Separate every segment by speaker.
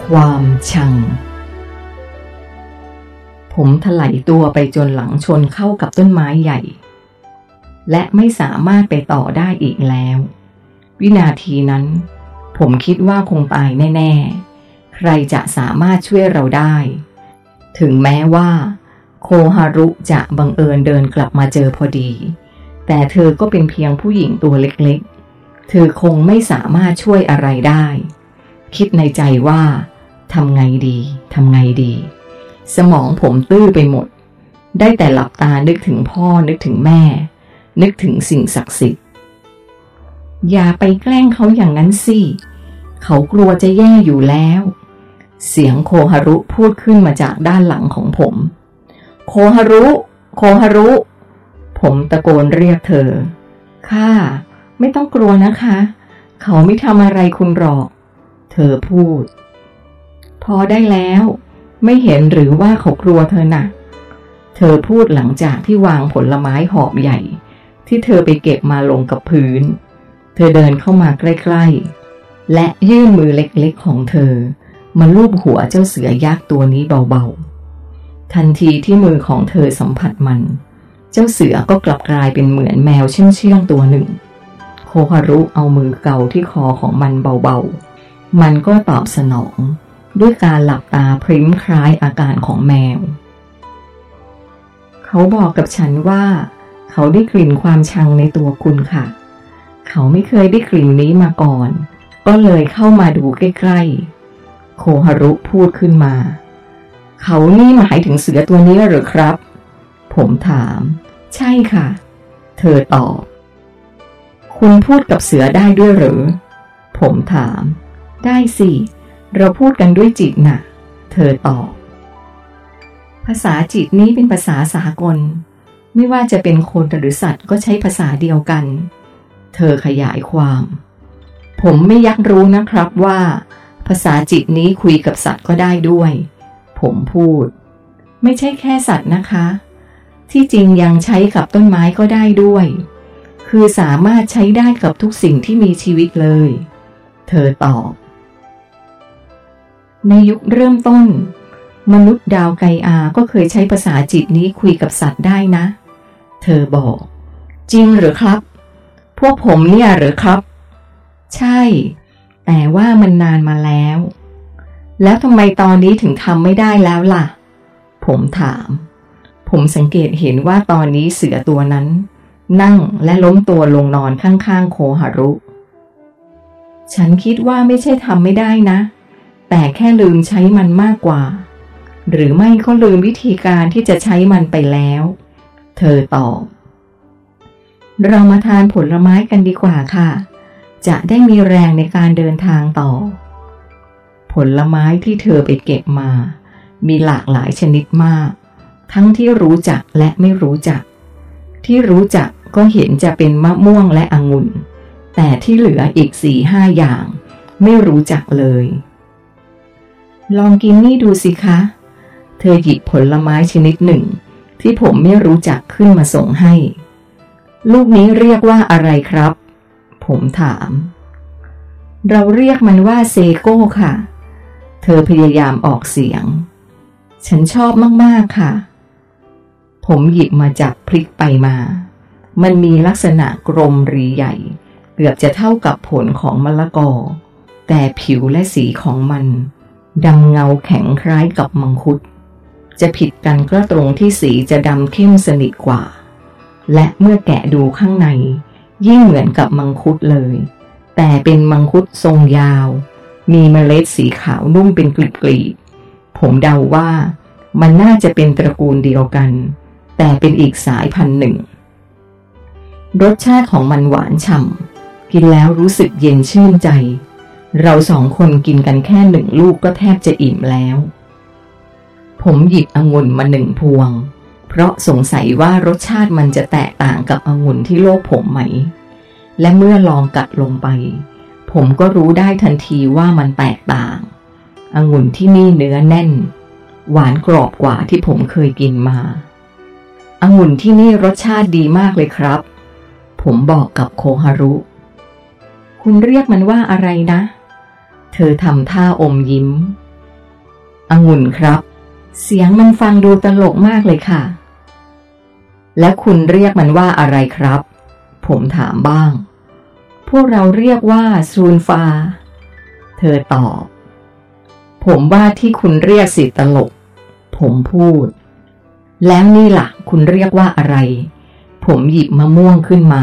Speaker 1: ความชังผมถลายตัวไปจนหลังชนเข้ากับต้นไม้ใหญ่และไม่สามารถไปต่อได้อีกแล้ววินาทีนั้นผมคิดว่าคงตายแน่ๆใครจะสามารถช่วยเราได้ถึงแม้ว่าโคฮารุจะบังเอิญเดินกลับมาเจอพอดีแต่เธอก็เป็นเพียงผู้หญิงตัวเล็กๆเธอคงไม่สามารถช่วยอะไรได้คิดในใจว่าทำไงดีสมองผมตื้อไปหมดได้แต่หลับตานึกถึงพ่อนึกถึงแม่นึกถึงสิ่งศักดิ์สิทธิ์อย่าไปแกล้งเขาอย่างนั้นสิเขากลัวจะแย่อยู่แล้วเสียงโคฮารุพูดขึ้นมาจากด้านหลังของผมโคฮารุผมตะโกนเรียกเธอค่ะไม่ต้องกลัวนะคะเขาไม่ทำอะไรคุณหรอกเธอพูดพอได้แล้วไม่เห็นหรือว่าเขากลัวเธอน่ะเธอพูดหลังจากที่วางผลไม้หอบใหญ่ที่เธอไปเก็บมาลงกับพื้นเธอเดินเข้ามาใกล้ๆและยื่นมือเล็กๆของเธอมาลูบหัวเจ้าเสือยักษ์ตัวนี้เบาๆทันทีที่มือของเธอสัมผัสมันเจ้าเสือก็กลับกลายเป็นเหมือนแมวเชื่องๆตัวหนึ่งโคฮารุเอามือเกาที่คอของมันเบาๆมันก็ตอบสนองด้วยการหลับตาพริ้มคล้ายอาการของแมวเขาบอกกับฉันว่าเขาได้กลิ่นความชังในตัวคุณค่ะเขาไม่เคยได้กลิ่นนี้มาก่อนก็เลยเข้ามาดูใกล้ๆโคฮารุพูดขึ้นมาเขานี่หมายถึงเสือตัวนี้หรือครับผมถามใช่ค่ะเธอตอบคุณพูดกับเสือได้ด้วยหรือผมถามได้สิเราพูดกันด้วยจิตน่ะเธอตอบภาษาจิตนี้เป็นภาษาสากลไม่ว่าจะเป็นคนหรือสัตว์ก็ใช้ภาษาเดียวกันเธอขยายความผมไม่ยักรู้นะครับว่าภาษาจิตนี้คุยกับสัตว์ก็ได้ด้วยผมพูดไม่ใช่แค่สัตว์นะคะที่จริงยังใช้กับต้นไม้ก็ได้ด้วยคือสามารถใช้ได้กับทุกสิ่งที่มีชีวิตเลยเธอตอบในยุคเริ่มต้นมนุษย์ดาวไกอาก็เคยใช้ภาษาจิตนี้คุยกับสัตว์ได้นะเธอบอกจริงหรือครับพวกผมเนี่ยหรือครับใช่แต่ว่ามันนานมาแล้วทำไมตอนนี้ถึงทำไม่ได้แล้วล่ะผมถามผมสังเกตเห็นว่าตอนนี้เสือตัวนั้นนั่งและล้มตัวลงนอนข้างๆโคฮารุฉันคิดว่าไม่ใช่ทำไม่ได้นะแต่แค่ลืมใช้มันมากกว่าหรือไม่ก็ลืมวิธีการที่จะใช้มันไปแล้วเธอตอบเรามาทานผลไม้กันดีกว่าค่ะจะได้มีแรงในการเดินทางต่อผลไม้ที่เธอไปเก็บมามีหลากหลายชนิดมากทั้งที่รู้จักและไม่รู้จักที่รู้จักก็เห็นจะเป็นมะม่วงและองุ่นแต่ที่เหลืออีก 4-5 อย่างไม่รู้จักเลยลองกินนี่ดูสิคะเธอหยิบผลไม้ชนิดหนึ่งที่ผมไม่รู้จักขึ้นมาส่งให้ลูกนี้เรียกว่าอะไรครับผมถามเราเรียกมันว่าเซโก้ค่ะเธอพยายามออกเสียงฉันชอบมากๆค่ะผมหยิบมาจับพลิกไปมามันมีลักษณะกลมรีใหญ่เกือบจะเท่ากับผลของมะละกอแต่ผิวและสีของมันดำเงาแข็งคล้ายกับมังคุดจะผิดกันก็ตรงที่สีจะดำเข้มสนิทกว่าและเมื่อแกะดูข้างในยิ่งเหมือนกับมังคุดเลยแต่เป็นมังคุดทรงยาวมีเมล็ดสีขาวนุ่มเป็นกลีบๆผมเดาว่ามันน่าจะเป็นตระกูลเดียวกันแต่เป็นอีกสายพันธุ์หนึ่งรสชาติของมันหวานฉ่ำกินแล้วรู้สึกเย็นชื่นใจเรา2 คนกินกันแค่1 ลูกก็แทบจะอิ่มแล้วผมหยิบองุ่นมา1 พวงเพราะสงสัยว่ารสชาติมันจะแตกต่างกับองุ่นที่โลกผมไหมและเมื่อลองกัดลงไปผมก็รู้ได้ทันทีว่ามันแตกต่างองุ่นที่นี่เนื้อแน่นหวานกรอบกว่าที่ผมเคยกินมาองุ่นที่นี่รสชาติดีมากเลยครับผมบอกกับโคฮารุคุณเรียกมันว่าอะไรนะเธอทำท่าอมยิ้มองุ่นครับเสียงมันฟังดูตลกมากเลยค่ะและคุณเรียกมันว่าอะไรครับผมถามบ้างพวกเราเรียกว่าซูนฟาเธอตอบผมว่าที่คุณเรียกสิตลกผมพูดแล้วนี่ล่ะคุณเรียกว่าอะไรผมหยิบมะม่วงขึ้นมา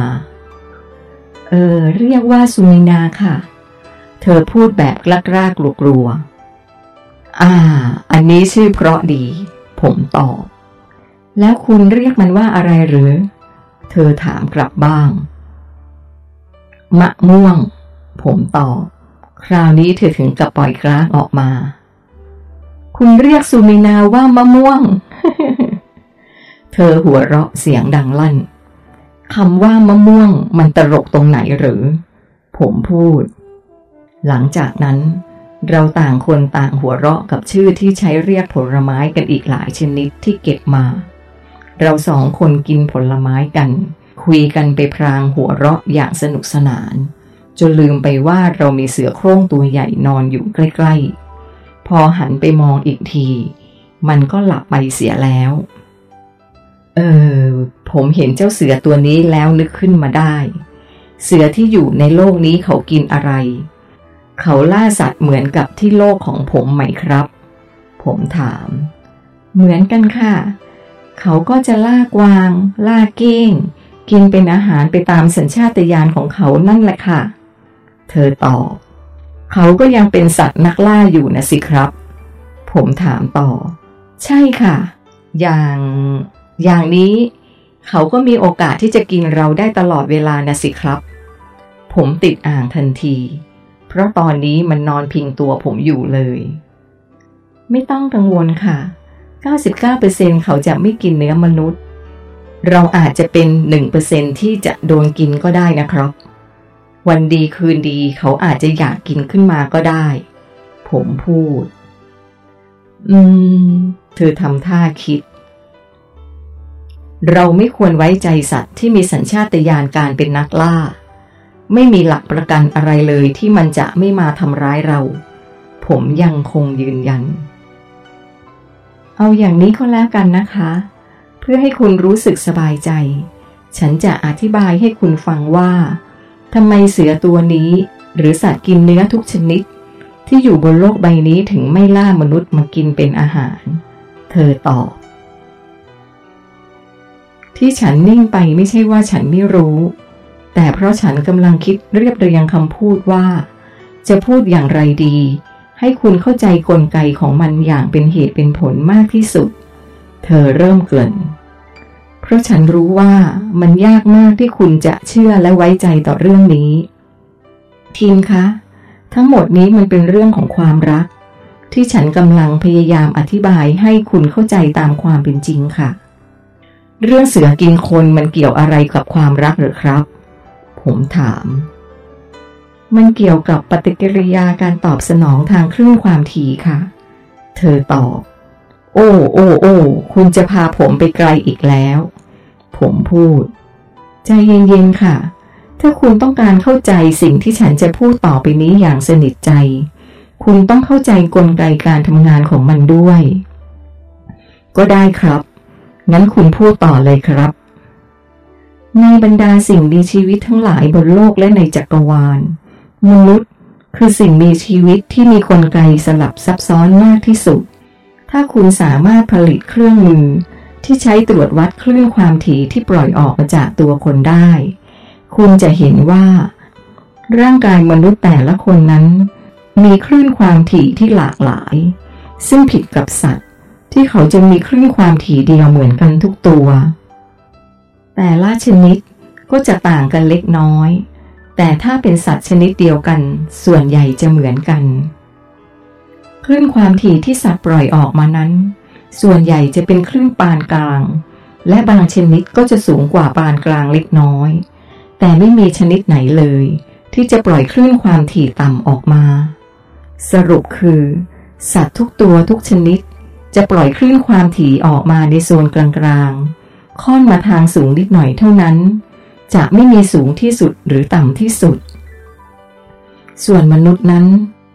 Speaker 1: เรียกว่าซูมินาค่ะเธอพูดแบบกล้ากๆกลัวๆอันนี้ชื่อเพราะดีผมตอบแล้วคุณเรียกมันว่าอะไรหรือเธอถามกลับบ้างมะม่วงผมตอบคราวนี้เธอถึงกับปล่อยกรากออกมาคุณเรียกซูมินาว่ามะม่วง เธอหัวเราะเสียงดังลั่นคำว่ามะม่วงมันตลกตรงไหนหรือผมพูดหลังจากนั้นเราต่างคนต่างหัวเราะกับชื่อที่ใช้เรียกผลไม้กันอีกหลายชนิดที่เก็บมาเราสองคนกินผลไม้กันคุยกันไปพลางหัวเราะอย่างสนุกสนานจนลืมไปว่าเรามีเสือโคร่งตัวใหญ่นอนอยู่ใกล้ๆพอหันไปมองอีกทีมันก็หลับไปเสียแล้วผมเห็นเจ้าเสือตัวนี้แล้วนึกขึ้นมาได้เสือที่อยู่ในโลกนี้เขากินอะไรเขาล่าสัตว์เหมือนกับที่โลกของผมไหมครับผมถามเหมือนกันค่ะเขาก็จะล่ากวางล่าเก้งกินเป็นอาหารไปตามสัญชาตญาณของเขานั่นแหละค่ะเธอตอบเขาก็ยังเป็นสัตว์นักล่าอยู่นะสิครับผมถามต่อใช่ค่ะอย่างนี้เขาก็มีโอกาสที่จะกินเราได้ตลอดเวลานะสิครับผมติดอ่างทันทีเพราะตอนนี้มันนอนพิงตัวผมอยู่เลยไม่ต้องกังวลค่ะ 99% เขาจะไม่กินเนื้อมนุษย์เราอาจจะเป็น 1% ที่จะโดนกินก็ได้นะครับวันดีคืนดีเขาอาจจะอยากกินขึ้นมาก็ได้ผมพูดเธอทำท่าคิดเราไม่ควรไว้ใจสัตว์ที่มีสัญชาตญาณการเป็นนักล่าไม่มีหลักประกันอะไรเลยที่มันจะไม่มาทำร้ายเราผมยังคงยืนยันเอาอย่างนี้ก็แล้วกันนะคะเพื่อให้คุณรู้สึกสบายใจฉันจะอธิบายให้คุณฟังว่าทำไมเสือตัวนี้หรือสัตว์กินเนื้อทุกชนิดที่อยู่บนโลกใบนี้ถึงไม่ล่ามนุษย์มากินเป็นอาหารเธอตอบที่ฉันนิ่งไปไม่ใช่ว่าฉันไม่รู้แต่เพราะฉันกำลังคิดเรียบเรียงคำพูดว่าจะพูดอย่างไรดีให้คุณเข้าใจกลไกของมันอย่างเป็นเหตุเป็นผลมากที่สุดเธอเริ่มเกริ่นเพราะฉันรู้ว่ามันยากมากที่คุณจะเชื่อและไว้ใจต่อเรื่องนี้ทีมคะทั้งหมดนี้มันเป็นเรื่องของความรักที่ฉันกำลังพยายามอธิบายให้คุณเข้าใจตามความเป็นจริงค่ะเรื่องเสือกินคนมันเกี่ยวอะไรกับความรักหรือครับผมถามมันเกี่ยวกับปฏิกิริยาการตอบสนองทางคลื่นความถี่ค่ะเธอตอบโอ้คุณจะพาผมไปไกลอีกแล้วผมพูดใจเย็นๆค่ะถ้าคุณต้องการเข้าใจสิ่งที่ฉันจะพูดต่อไปนี้อย่างสนิทใจคุณต้องเข้าใจกลไกการทำงานของมันด้วยก็ได้ครับงั้นคุณพูดต่อเลยครับในบรรดาสิ่งมีชีวิตทั้งหลายบนโลกและในจักรวาลมนุษย์คือสิ่งมีชีวิตที่มีกลไกสลับซับซ้อนมากที่สุดถ้าคุณสามารถผลิตเครื่องมือที่ใช้ตรวจวัดคลื่นความถี่ที่ปล่อยออกมาจากตัวคนได้คุณจะเห็นว่าร่างกายมนุษย์แต่ละคนนั้นมีคลื่นความถี่ที่หลากหลายซึ่งผิดกับสัตว์ที่เขาจะมีคลื่นความถี่เดียวเหมือนกันทุกตัวแต่ละชนิดก็จะต่างกันเล็กน้อยแต่ถ้าเป็นสัตว์ชนิดเดียวกันส่วนใหญ่จะเหมือนกันคลื่นความถี่ที่สัตว์ปล่อยออกมานั้นส่วนใหญ่จะเป็นคลื่นปานกลางและบางชนิดก็จะสูงกว่าปานกลางเล็กน้อยแต่ไม่มีชนิดไหนเลยที่จะปล่อยคลื่นความถี่ต่ำออกมาสรุปคือสัตว์ทุกตัวทุกชนิดจะปล่อยคลื่นความถี่ออกมาในโซนกลางๆค่อนมาทางสูงนิดหน่อยเท่านั้นจะไม่มีสูงที่สุดหรือต่ำที่สุดส่วนมนุษย์นั้น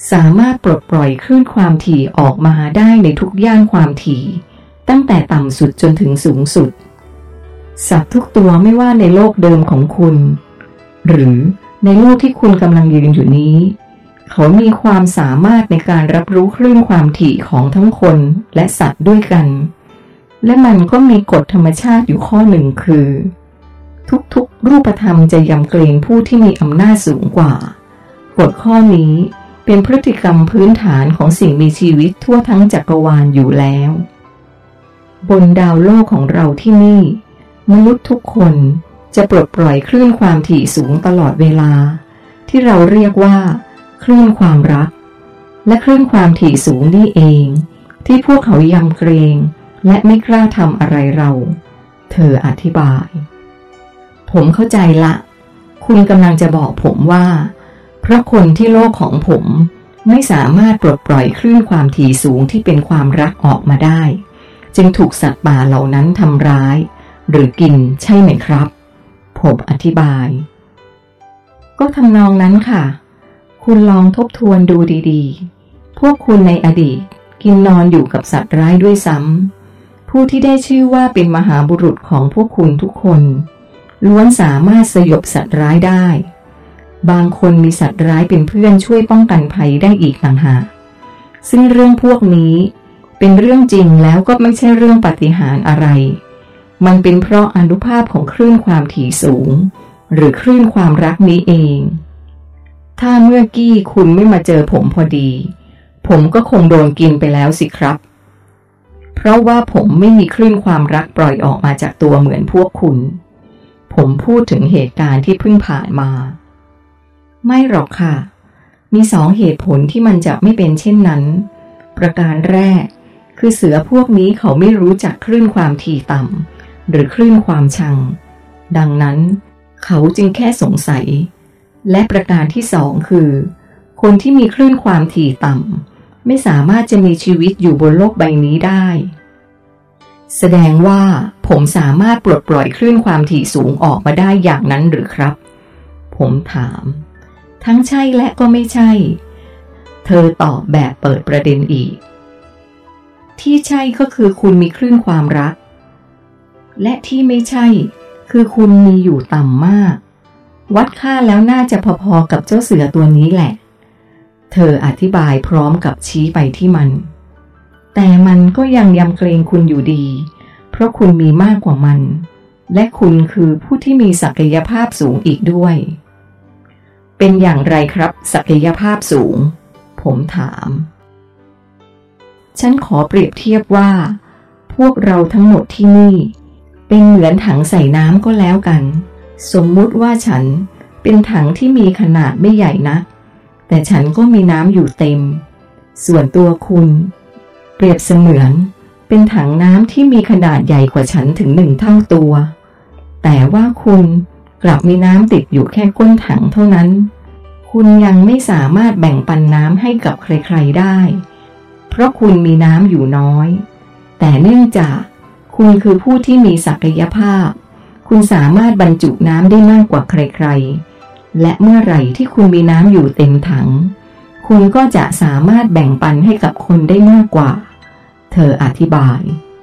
Speaker 1: สามารถปลดปล่อยคลื่นความถี่ออกมาได้ในทุกย่านความถี่ตั้งแต่ต่ำสุดจนถึงสูงสุดสัตว์ทุกตัวไม่ว่าในโลกเดิมของคุณหรือในโลกที่คุณกำลังยืนอยู่นี้เขามีความสามารถในการรับรู้คลื่นความถี่ของทั้งคนและสัตว์ด้วยกันและมันก็มีกฎธรรมชาติอยู่ข้อหนึ่งคือทุกๆรูปธรรมจะยำเกรงผู้ที่มีอำนาจสูงกว่ากฎข้อนี้เป็นพฤติกรรมพื้นฐานของสิ่งมีชีวิตทั่วทั้งจักรวาลอยู่แล้วบนดาวโลกของเราที่นี่มนุษย์ทุกคนจะปลดปล่อยคลื่นความถี่สูงตลอดเวลาที่เราเรียกว่าคลื่นความรักและคลื่นความถี่สูงนี่เองที่พวกเขายำเกรงและไม่กล้าทำอะไรเราเธออธิบายผมเข้าใจละคุณกำลังจะบอกผมว่าเพราะคนที่โลกของผมไม่สามารถปลดปล่อยคลื่นความถี่สูงที่เป็นความรักออกมาได้จึงถูกสัตว์ป่าเหล่านั้นทำร้ายหรือกินใช่ไหมครับผมอธิบายก็ทำนองนั้นค่ะคุณลองทบทวนดูดีๆพวกคุณในอดีตกินนอนอยู่กับสัตว์ร้ายด้วยซ้ำผู้ที่ได้ชื่อว่าเป็นมหาบุรุษของพวกคุณทุกคนล้วนสามารถสยบสัตว์ร้ายได้บางคนมีสัตว์ร้ายเป็นเพื่อนช่วยป้องกันภัยได้อีกต่างหากซึ่งเรื่องพวกนี้เป็นเรื่องจริงแล้วก็ไม่ใช่เรื่องปาฏิหาริย์อะไรมันเป็นเพราะอานุภาพของคลื่นความถี่สูงหรือคลื่นความรักนี้เองถ้าเมื่อกี้คุณไม่มาเจอผมพอดีผมก็คงโดนกินไปแล้วสิครับเพราะว่าผมไม่มีคลื่นความรักปล่อยออกมาจากตัวเหมือนพวกคุณผมพูดถึงเหตุการณ์ที่เพิ่งผ่านมาไม่หรอกค่ะมี2เหตุผลที่มันจะไม่เป็นเช่นนั้นประการแรกคือเสือพวกนี้เขาไม่รู้จักคลื่นความถี่ต่ำหรือคลื่นความชังดังนั้นเขาจึงแค่สงสัยและประการที่2คือคนที่มีคลื่นความถี่ต่ำไม่สามารถจะมีชีวิตอยู่บนโลกใบนี้ได้แสดงว่าผมสามารถปลดปล่อยคลื่นความถี่สูงออกมาได้อย่างนั้นหรือครับผมถามทั้งใช่และก็ไม่ใช่เธอตอบแบบเปิดประเด็นอีกที่ใช่ก็คือคุณมีคลื่นความรักและที่ไม่ใช่คือคุณมีอยู่ต่ำมากวัดค่าแล้วน่าจะพอๆกับเจ้าเสือตัวนี้แหละเธออธิบายพร้อมกับชี้ไปที่มันแต่มันก็ยังยำเกรงคุณอยู่ดีเพราะคุณมีมากกว่ามันและคุณคือผู้ที่มีศักยภาพสูงอีกด้วยเป็นอย่างไรครับศักยภาพสูงผมถามฉันขอเปรียบเทียบว่าพวกเราทั้งหมดที่นี่เป็นเหมือนถังใส่น้ำก็แล้วกันสมมุติว่าฉันเป็นถังที่มีขนาดไม่ใหญ่นักแต่ฉันก็มีน้ำอยู่เต็มส่วนตัวคุณเปรียบเสมือนเป็นถังน้ำที่มีขนาดใหญ่กว่าฉันถึง1 เท่าตัวแต่ว่าคุณกลับมีน้ำติดอยู่แค่ก้นถังเท่านั้นคุณยังไม่สามารถแบ่งปันน้ำให้กับใครๆได้เพราะคุณมีน้ำอยู่น้อยแต่เนื่องจากคุณคือผู้ที่มีศักยภาพคุณสามารถบรรจุน้ำได้มากกว่าใครๆและเมื่อไหร่ที่คุณมีน้ำอยู่เต็มถังคุณก็จะสามารถแบ่งปันให้กับคนได้มากกว่าเธออธิบาย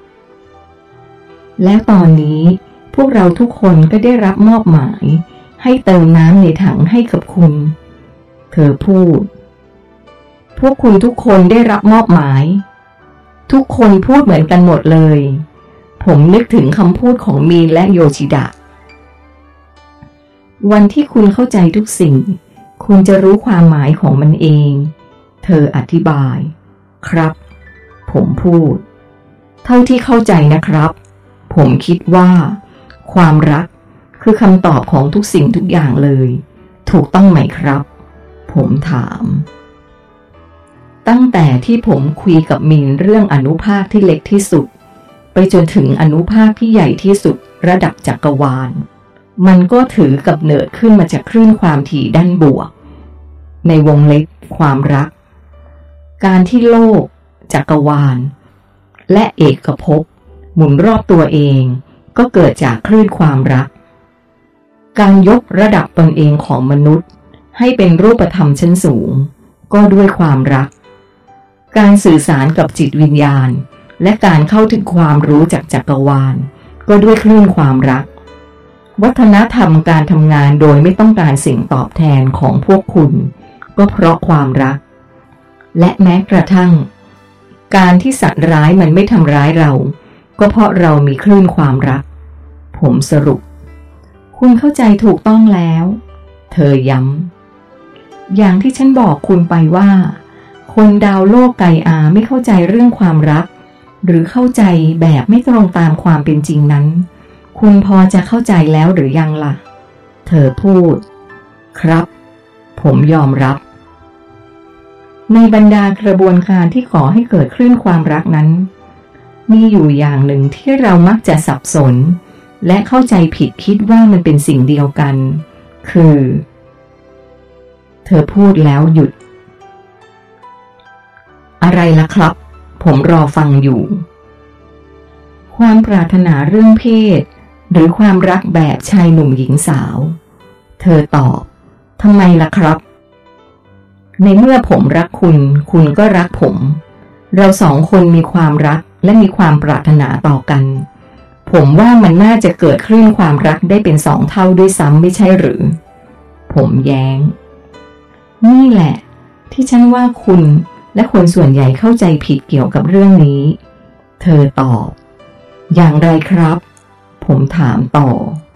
Speaker 1: แล้วตอนนี้พวกเราทุกคนก็ได้รับมอบหมายให้เติมน้ำในถังให้กับคุณเธอพูดพวกคุณทุกคนได้รับมอบหมายทุกคนพูดเหมือนกันหมดเลยผมนึกถึงคำพูดของมีนและโยชิดะวันที่คุณเข้าใจทุกสิ่งคุณจะรู้ความหมายของมันเองเธออธิบายครับผมพูดเท่าที่เข้าใจนะครับผมคิดว่าความรักคือคำตอบของทุกสิ่งทุกอย่างเลยถูกต้องไหมครับผมถามตั้งแต่ที่ผมคุยกับมีนเรื่องอนุภาคที่เล็กที่สุดไปจนถึงอนุภาคที่ใหญ่ที่สุดระดับจักรวาลมันก็ถือกำเนิดขึ้นมาจากคลื่นความถี่ด้านบวกในวงเล็บความรักการที่โลกจักรวาลและเอกภพหมุนรอบตัวเองก็เกิดจากคลื่นความรักการยกระดับตนเองของมนุษย์ให้เป็นรูปธรรมชั้นสูงก็ด้วยความรักการสื่อสารกับจิตวิญญาณและการเข้าถึงความรู้จากจักรวาลก็ด้วยคลื่นความรักวัฒนธรรมการทำงานโดยไม่ต้องการสิ่งตอบแทนของพวกคุณก็เพราะความรักและแม้กระทั่งการที่สัตว์ร้ายมันไม่ทำร้ายเราก็เพราะเรามีคลื่นความรักผมสรุปคุณเข้าใจถูกต้องแล้วเธอย้ำอย่างที่ฉันบอกคุณไปว่าคนดาวโลกไกอาไม่เข้าใจเรื่องความรักหรือเข้าใจแบบไม่ตรงตามความเป็นจริงนั้นคุณพอจะเข้าใจแล้วหรือยังล่ะเธอพูดครับผมยอมรับในบรรดากระบวนการที่ก่อให้เกิดคลื่นความรักนั้นมีอยู่อย่างหนึ่งที่เรามักจะสับสนและเข้าใจผิดคิดว่ามันเป็นสิ่งเดียวกันคือเธอพูดแล้วหยุดอะไรล่ะครับผมรอฟังอยู่ความปรารถนาเรื่องเพศหรือความรักแบบชายหนุ่มหญิงสาวเธอตอบทำไมล่ะครับในเมื่อผมรักคุณคุณก็รักผมเราสองคนมีความรักและมีความปรารถนาต่อกันผมว่ามันน่าจะเกิดคลื่นความรักได้เป็น2 เท่าด้วยซ้ำไม่ใช่หรือผมแย้งนี่แหละที่ฉันว่าคุณและคนส่วนใหญ่เข้าใจผิดเกี่ยวกับเรื่องนี้เธอตอบอย่างไรครับผมถามต่อ